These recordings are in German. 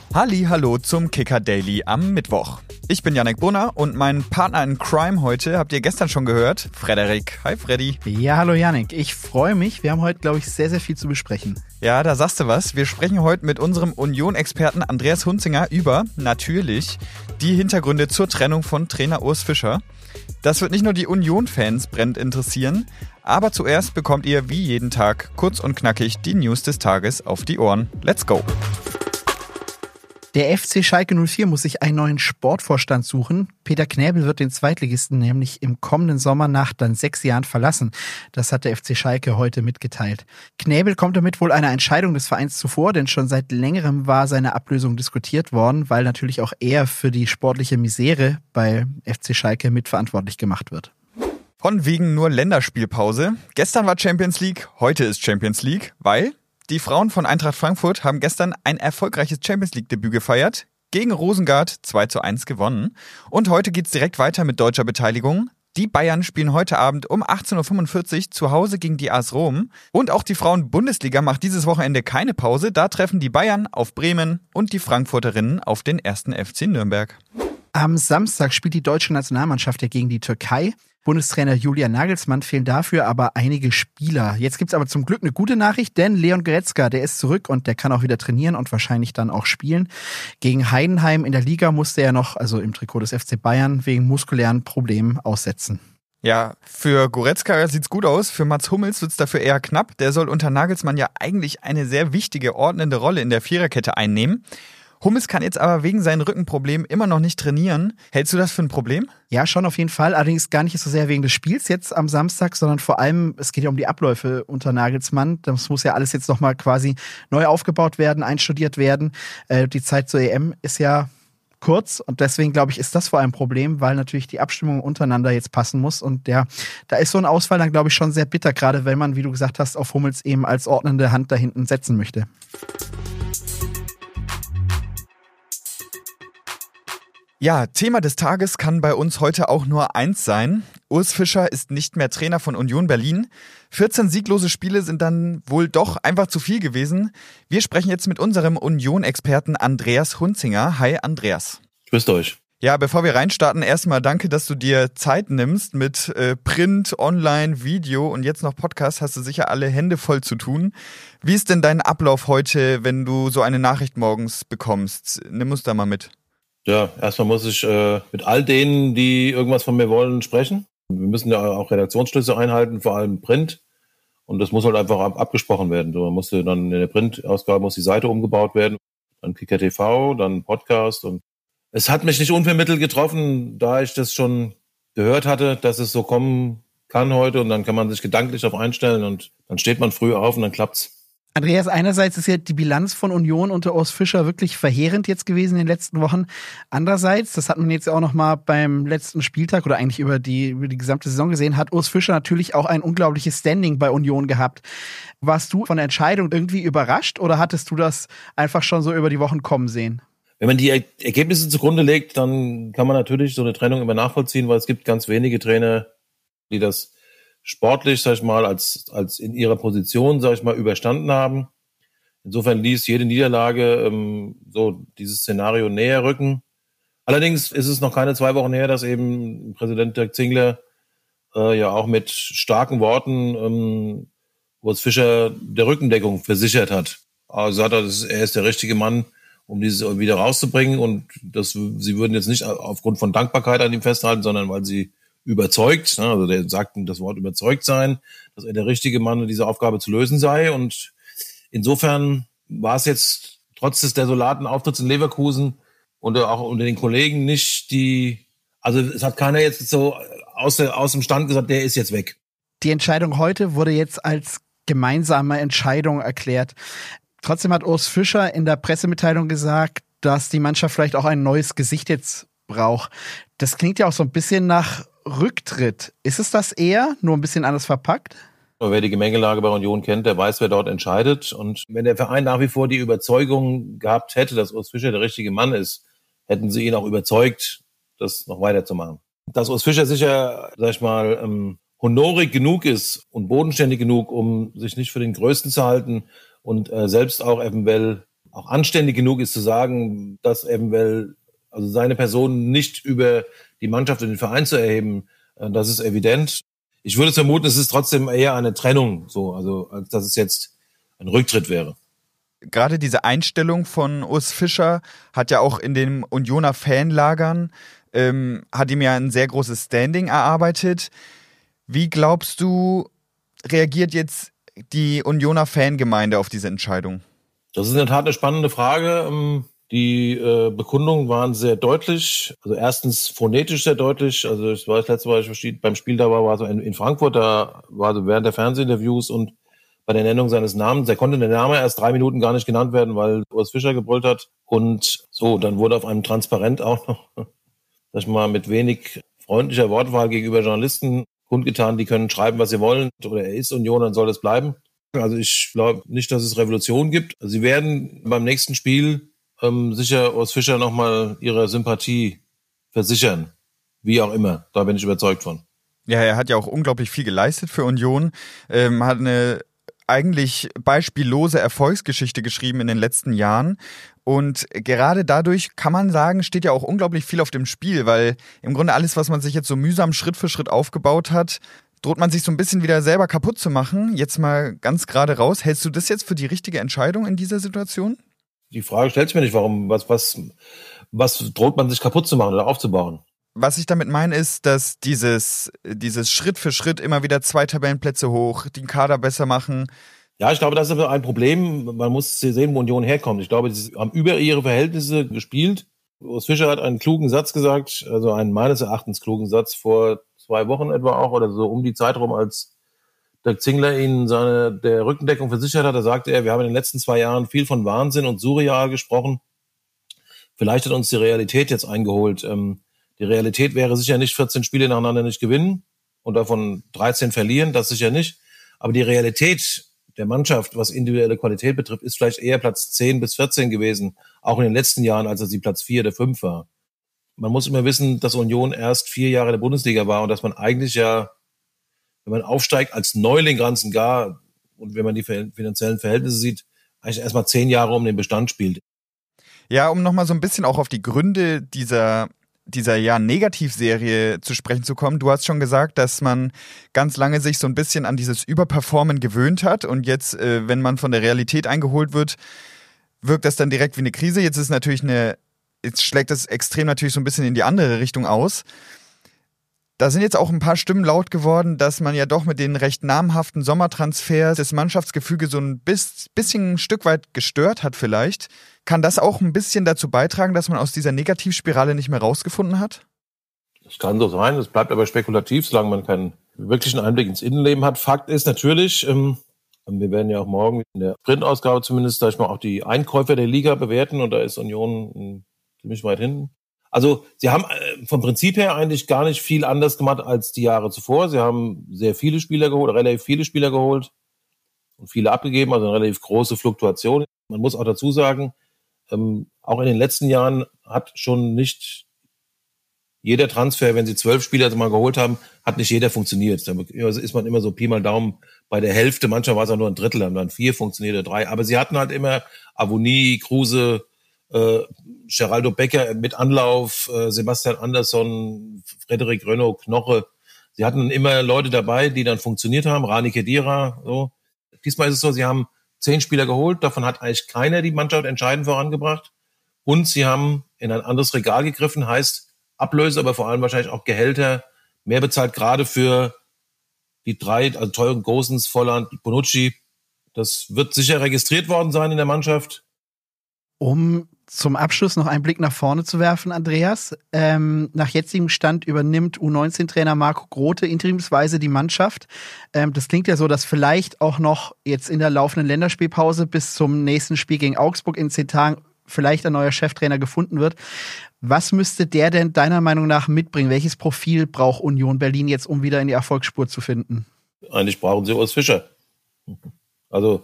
Halli, hallo zum Kicker Daily am Mittwoch. Ich bin Yannick Brunner und mein Partner in Crime heute habt ihr gestern schon gehört, Frederik. Hi Freddy. Ja, hallo Yannick. Ich freue mich. Wir haben heute, glaube ich, sehr, sehr viel zu besprechen. Ja, da sagst du was. Wir sprechen heute mit unserem Union-Experten Andreas Hunzinger über, natürlich, die Hintergründe zur Trennung von Trainer Urs Fischer. Das wird nicht nur die Union-Fans brennend interessieren, aber zuerst bekommt ihr wie jeden Tag kurz und knackig die News des Tages auf die Ohren. Let's go! Der FC Schalke 04 muss sich einen neuen Sportvorstand suchen. Peter Knäbel wird den Zweitligisten nämlich im kommenden Sommer nach dann 6 Jahren verlassen. Das hat der FC Schalke heute mitgeteilt. Knäbel kommt damit wohl einer Entscheidung des Vereins zuvor, denn schon seit längerem war seine Ablösung diskutiert worden, weil natürlich auch er für die sportliche Misere bei FC Schalke mitverantwortlich gemacht wird. Von wegen nur Länderspielpause. Gestern war Champions League, heute ist Champions League, weil die Frauen von Eintracht Frankfurt haben gestern ein erfolgreiches Champions-League-Debüt gefeiert, gegen Rosengard 2:1 gewonnen. Und heute geht's direkt weiter mit deutscher Beteiligung. Die Bayern spielen heute Abend um 18:45 Uhr zu Hause gegen die AS Rom. Und auch die Frauen-Bundesliga macht dieses Wochenende keine Pause. Da treffen die Bayern auf Bremen und die Frankfurterinnen auf den 1. FC Nürnberg. Am Samstag spielt die deutsche Nationalmannschaft ja gegen die Türkei. Bundestrainer Julian Nagelsmann fehlen dafür aber einige Spieler. Jetzt gibt's aber zum Glück eine gute Nachricht, denn Leon Goretzka, der ist zurück und der kann auch wieder trainieren und wahrscheinlich dann auch spielen. Gegen Heidenheim in der Liga musste er noch, also im Trikot des FC Bayern, wegen muskulären Problemen aussetzen. Ja, für Goretzka sieht's gut aus, für Mats Hummels wird's dafür eher knapp. Der soll unter Nagelsmann ja eigentlich eine sehr wichtige, ordnende Rolle in der Viererkette einnehmen. Hummels kann jetzt aber wegen seinen Rückenproblemen immer noch nicht trainieren. Hältst du das für ein Problem? Ja, schon auf jeden Fall. Allerdings gar nicht so sehr wegen des Spiels jetzt am Samstag, sondern vor allem, es geht ja um die Abläufe unter Nagelsmann. Das muss ja alles jetzt nochmal quasi neu aufgebaut werden, einstudiert werden. Die Zeit zur EM ist ja kurz und deswegen, glaube ich, ist das vor allem ein Problem, weil natürlich die Abstimmung untereinander jetzt passen muss. Und ja, da ist so ein Ausfall dann, glaube ich, schon sehr bitter, gerade wenn man, wie du gesagt hast, auf Hummels eben als ordnende Hand da hinten setzen möchte. Ja, Thema des Tages kann bei uns heute auch nur eins sein. Urs Fischer ist nicht mehr Trainer von Union Berlin. 14 sieglose Spiele sind dann wohl doch einfach zu viel gewesen. Wir sprechen jetzt mit unserem Union-Experten Andreas Hunzinger. Hi Andreas. Grüßt euch. Ja, bevor wir reinstarten, erstmal danke, dass du dir Zeit nimmst mit Print, Online, Video und jetzt noch Podcast. Hast du sicher alle Hände voll zu tun. Wie ist denn dein Ablauf heute, wenn du so eine Nachricht morgens bekommst? Nimm uns da mal mit. Ja, erstmal muss ich mit all denen, die irgendwas von mir wollen, sprechen. Wir müssen ja auch Redaktionsschlüsse einhalten, vor allem Print. Und das muss halt einfach abgesprochen werden. So, man musste dann in der Printausgabe muss die Seite umgebaut werden, dann Kicker TV, dann Podcast. Und es hat mich nicht unvermittelt getroffen, da ich das schon gehört hatte, dass es so kommen kann heute. Und dann kann man sich gedanklich darauf einstellen und dann steht man früh auf und dann klappt's. Andreas, einerseits ist ja die Bilanz von Union unter Urs Fischer wirklich verheerend jetzt gewesen in den letzten Wochen. Andererseits, das hat man jetzt auch noch mal beim letzten Spieltag oder eigentlich über die gesamte Saison gesehen, hat Urs Fischer natürlich auch ein unglaubliches Standing bei Union gehabt. Warst du von der Entscheidung irgendwie überrascht oder hattest du das einfach schon so über die Wochen kommen sehen? Wenn man die Ergebnisse zugrunde legt, dann kann man natürlich so eine Trennung immer nachvollziehen, weil es gibt ganz wenige Trainer, die das sportlich, sag ich mal, als in ihrer Position, sag ich mal, überstanden haben. Insofern ließ jede Niederlage so dieses Szenario näher rücken. Allerdings ist es noch keine 2 Wochen her, dass eben Präsident Dirk Zingler ja auch mit starken Worten Urs Fischer der Rückendeckung versichert hat. Also sagt er ist der richtige Mann, um dieses wieder rauszubringen und sie würden jetzt nicht aufgrund von Dankbarkeit an ihm festhalten, sondern weil sie überzeugt, also der sagt das Wort überzeugt sein, dass er der richtige Mann, diese Aufgabe zu lösen sei. Und insofern war es jetzt trotz des desolaten Auftritts in Leverkusen und auch unter den Kollegen nicht also es hat keiner jetzt so aus dem Stand gesagt, der ist jetzt weg. Die Entscheidung heute wurde jetzt als gemeinsame Entscheidung erklärt. Trotzdem hat Urs Fischer in der Pressemitteilung gesagt, dass die Mannschaft vielleicht auch ein neues Gesicht jetzt braucht. Das klingt ja auch so ein bisschen nach Rücktritt. Ist es das eher, nur ein bisschen anders verpackt? Wer die Gemengelage bei Union kennt, der weiß, wer dort entscheidet. Und wenn der Verein nach wie vor die Überzeugung gehabt hätte, dass Urs Fischer der richtige Mann ist, hätten sie ihn auch überzeugt, das noch weiterzumachen. Dass Urs Fischer sicher, sag ich mal, honorig genug ist und bodenständig genug, um sich nicht für den Größten zu halten und selbst auch eventuell auch anständig genug ist zu sagen, dass eventuell also seine Person nicht über die Mannschaft und den Verein zu erheben, das ist evident. Ich würde vermuten, es ist trotzdem eher eine Trennung, so, also als dass es jetzt ein Rücktritt wäre. Gerade diese Einstellung von Urs Fischer hat ja auch in den Unioner Fanlagern, hat ihm ja ein sehr großes Standing erarbeitet. Wie glaubst du, reagiert jetzt die Unioner Fangemeinde auf diese Entscheidung? Das ist in der Tat eine spannende Frage. Die Bekundungen waren sehr deutlich. Also erstens phonetisch sehr deutlich. Also ich weiß, letzte Mal, ich beim Spiel da war so in Frankfurt, da war so während der Fernsehinterviews und bei der Nennung seines Namens, der konnte der Name erst 3 Minuten gar nicht genannt werden, weil Urs Fischer gebrüllt hat. Und so, dann wurde auf einem Transparent auch noch, sag ich mal, mit wenig freundlicher Wortwahl gegenüber Journalisten kundgetan, die können schreiben, was sie wollen, oder er ist Union, dann soll das bleiben. Also ich glaube nicht, dass es Revolution gibt. Sie werden beim nächsten Spiel sicher Urs Fischer nochmal ihre Sympathie versichern. Wie auch immer. Da bin ich überzeugt von. Ja, er hat ja auch unglaublich viel geleistet für Union. Hat eine eigentlich beispiellose Erfolgsgeschichte geschrieben in den letzten Jahren. Und gerade dadurch kann man sagen, steht ja auch unglaublich viel auf dem Spiel, weil im Grunde alles, was man sich jetzt so mühsam Schritt für Schritt aufgebaut hat, droht man sich so ein bisschen wieder selber kaputt zu machen. Jetzt mal ganz gerade raus. Hältst du das jetzt für die richtige Entscheidung in dieser Situation? Die Frage stellt sich mir nicht, warum, was droht man sich kaputt zu machen oder aufzubauen? Was ich damit meine, ist, dass dieses Schritt für Schritt immer wieder 2 Tabellenplätze hoch, den Kader besser machen. Ja, ich glaube, das ist ein Problem. Man muss sehen, wo Union herkommt. Ich glaube, sie haben über ihre Verhältnisse gespielt. Urs Fischer hat einen klugen Satz gesagt, also einen meines Erachtens klugen Satz vor 2 Wochen etwa auch oder so um die Zeit rum, als Dirk Zingler ihnen der Rückendeckung versichert hat. Da sagte er, wir haben in den letzten 2 Jahren viel von Wahnsinn und surreal gesprochen. Vielleicht hat uns die Realität jetzt eingeholt. Die Realität wäre sicher nicht 14 Spiele nacheinander nicht gewinnen und davon 13 verlieren, das sicher nicht. Aber die Realität der Mannschaft, was individuelle Qualität betrifft, ist vielleicht eher Platz 10 bis 14 gewesen, auch in den letzten Jahren, als es die Platz 4 oder 5 war. Man muss immer wissen, dass Union erst 4 Jahre in der Bundesliga war und dass man eigentlich ja, wenn man aufsteigt als Neuling ganz und gar und wenn man die finanziellen Verhältnisse sieht, eigentlich erstmal 10 Jahre um den Bestand spielt. Ja, um nochmal so ein bisschen auch auf die Gründe dieser Negativserie zu sprechen zu kommen. Du hast schon gesagt, dass man ganz lange sich so ein bisschen an dieses Überperformen gewöhnt hat und jetzt, wenn man von der Realität eingeholt wird, wirkt das dann direkt wie eine Krise. Jetzt schlägt das extrem natürlich so ein bisschen in die andere Richtung aus. Da sind jetzt auch ein paar Stimmen laut geworden, dass man ja doch mit den recht namhaften Sommertransfers das Mannschaftsgefüge so ein bisschen ein Stück weit gestört hat vielleicht. Kann das auch ein bisschen dazu beitragen, dass man aus dieser Negativspirale nicht mehr rausgefunden hat? Das kann so sein, es bleibt aber spekulativ, solange man keinen wirklichen Einblick ins Innenleben hat. Fakt ist natürlich, wir werden ja auch morgen in der Printausgabe zumindest, sag ich mal, auch die Einkäufer der Liga bewerten und da ist Union ziemlich weit hinten. Also sie haben vom Prinzip her eigentlich gar nicht viel anders gemacht als die Jahre zuvor. Sie haben sehr viele Spieler geholt, relativ viele Spieler geholt und viele abgegeben, also eine relativ große Fluktuation. Man muss auch dazu sagen, auch in den letzten Jahren hat schon nicht jeder Transfer, wenn sie 12 Spieler mal geholt haben, hat nicht jeder funktioniert. Da ist man immer so Pi mal Daumen bei der Hälfte. Manchmal war es auch nur ein Drittel, haben dann 4 funktioniert oder 3. Aber sie hatten halt immer Avonie, Kruse, Geraldo Becker mit Anlauf, Sebastian Andersson, Frederik Renaud, Knoche. Sie hatten immer Leute dabei, die dann funktioniert haben. Rani Khedira, so. Diesmal ist es so, sie haben 10 Spieler geholt. Davon hat eigentlich keiner die Mannschaft entscheidend vorangebracht. Und sie haben in ein anderes Regal gegriffen, heißt Ablöse, aber vor allem wahrscheinlich auch Gehälter mehr bezahlt, gerade für die 3, also teuren Gosens, Volland, Bonucci. Das wird sicher registriert worden sein in der Mannschaft. Um zum Abschluss noch einen Blick nach vorne zu werfen, Andreas. Nach jetzigem Stand übernimmt U19-Trainer Marco Grote interimsweise die Mannschaft. Das klingt ja so, dass vielleicht auch noch jetzt in der laufenden Länderspielpause bis zum nächsten Spiel gegen Augsburg in 10 Tagen vielleicht ein neuer Cheftrainer gefunden wird. Was müsste der denn deiner Meinung nach mitbringen? Welches Profil braucht Union Berlin jetzt, um wieder in die Erfolgsspur zu finden? Eigentlich brauchen sie Urs Fischer. Also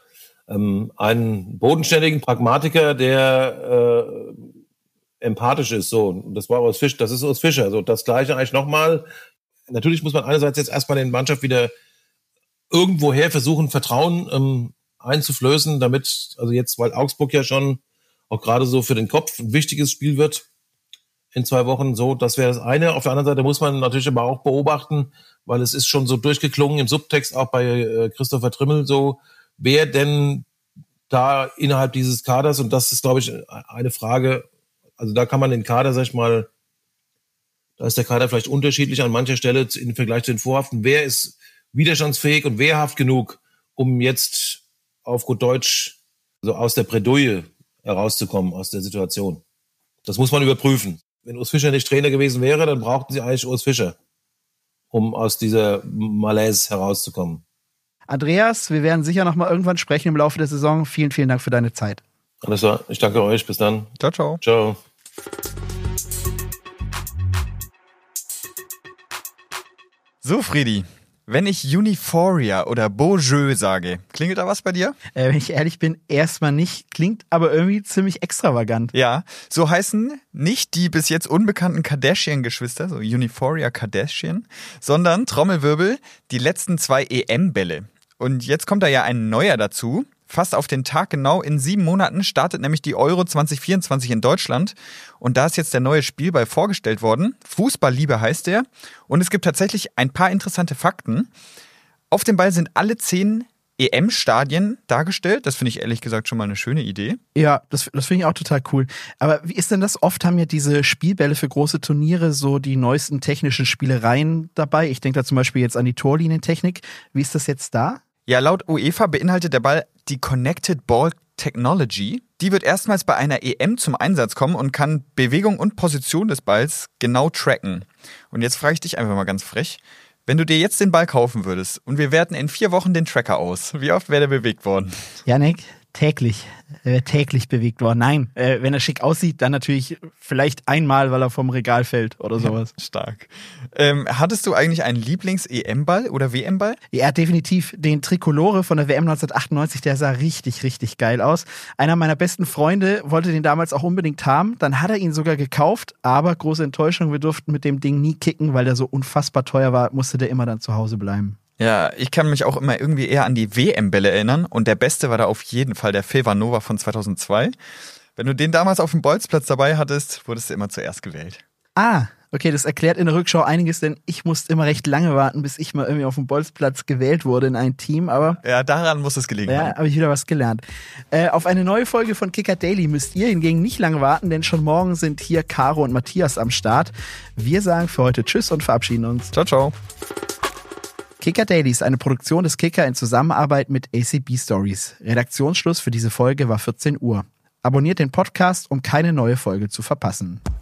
einen bodenständigen Pragmatiker, der empathisch ist. So, und das war Urs Fischer, das ist Urs Fischer. So, das Gleiche eigentlich nochmal. Natürlich muss man einerseits jetzt erstmal den Mannschaft wieder irgendwoher versuchen, Vertrauen einzuflößen, damit, also jetzt, weil Augsburg ja schon auch gerade so für den Kopf ein wichtiges Spiel wird in 2 Wochen, so, das wäre das eine. Auf der anderen Seite muss man natürlich aber auch beobachten, weil es ist schon so durchgeklungen im Subtext, auch bei Christopher Trimmel so, wer denn da innerhalb dieses Kaders, und das ist, glaube ich, eine Frage, also da kann man den Kader, sag ich mal, da ist der Kader vielleicht unterschiedlich an mancher Stelle im Vergleich zu den Vorhaften. Wer ist widerstandsfähig und wehrhaft genug, um jetzt auf gut Deutsch so aus der Bredouille herauszukommen, aus der Situation? Das muss man überprüfen. Wenn Urs Fischer nicht Trainer gewesen wäre, dann brauchten sie eigentlich Urs Fischer, um aus dieser Malaise herauszukommen. Andreas, wir werden sicher noch mal irgendwann sprechen im Laufe der Saison. Vielen, vielen Dank für deine Zeit. Alles klar, ich danke euch. Bis dann. Ciao, ciao. Ciao. So, Friedi, wenn ich Uniforia oder Beaujeu sage, klingelt da was bei dir? Wenn ich ehrlich bin, erstmal nicht. Klingt aber irgendwie ziemlich extravagant. Ja, so heißen nicht die bis jetzt unbekannten Kardashian-Geschwister, so Uniforia Kardashian, sondern, Trommelwirbel, die letzten 2 EM-Bälle. Und jetzt kommt da ja ein neuer dazu. Fast auf den Tag genau, in 7 Monaten startet nämlich die Euro 2024 in Deutschland. Und da ist jetzt der neue Spielball vorgestellt worden. Fußballliebe heißt der. Und es gibt tatsächlich ein paar interessante Fakten. Auf dem Ball sind alle 10 EM-Stadien dargestellt. Das finde ich ehrlich gesagt schon mal eine schöne Idee. Ja, das finde ich auch total cool. Aber wie ist denn das? Oft haben ja diese Spielbälle für große Turniere so die neuesten technischen Spielereien dabei. Ich denke da zum Beispiel jetzt an die Torlinientechnik. Wie ist das jetzt da? Ja, laut UEFA beinhaltet der Ball die Connected Ball Technology. Die wird erstmals bei einer EM zum Einsatz kommen und kann Bewegung und Position des Balls genau tracken. Und jetzt frage ich dich einfach mal ganz frech, wenn du dir jetzt den Ball kaufen würdest und wir werten in 4 Wochen den Tracker aus, wie oft wäre der bewegt worden? Jannik, täglich. Er wird täglich bewegt worden. Nein, wenn er schick aussieht, dann natürlich vielleicht einmal, weil er vom Regal fällt oder sowas. Stark. Hattest du eigentlich einen Lieblings-EM-Ball oder WM-Ball? Ja, definitiv. Den Tricolore von der WM 1998, der sah richtig, richtig geil aus. Einer meiner besten Freunde wollte den damals auch unbedingt haben. Dann hat er ihn sogar gekauft, aber große Enttäuschung, wir durften mit dem Ding nie kicken, weil der so unfassbar teuer war, musste der immer dann zu Hause bleiben. Ja, ich kann mich auch immer irgendwie eher an die WM-Bälle erinnern und der beste war da auf jeden Fall der Fever Nova von 2002. Wenn du den damals auf dem Bolzplatz dabei hattest, wurdest du immer zuerst gewählt. Ah, okay, das erklärt in der Rückschau einiges, denn ich musste immer recht lange warten, bis ich mal irgendwie auf dem Bolzplatz gewählt wurde in ein Team, aber... Ja, daran muss es gelegen haben. Ja, habe ich wieder was gelernt. Auf eine neue Folge von Kicker Daily müsst ihr hingegen nicht lange warten, denn schon morgen sind hier Caro und Matthias am Start. Wir sagen für heute Tschüss und verabschieden uns. Ciao, ciao. Kicker Daily ist eine Produktion des Kicker in Zusammenarbeit mit ACB Stories. Redaktionsschluss für diese Folge war 14 Uhr. Abonniert den Podcast, um keine neue Folge zu verpassen.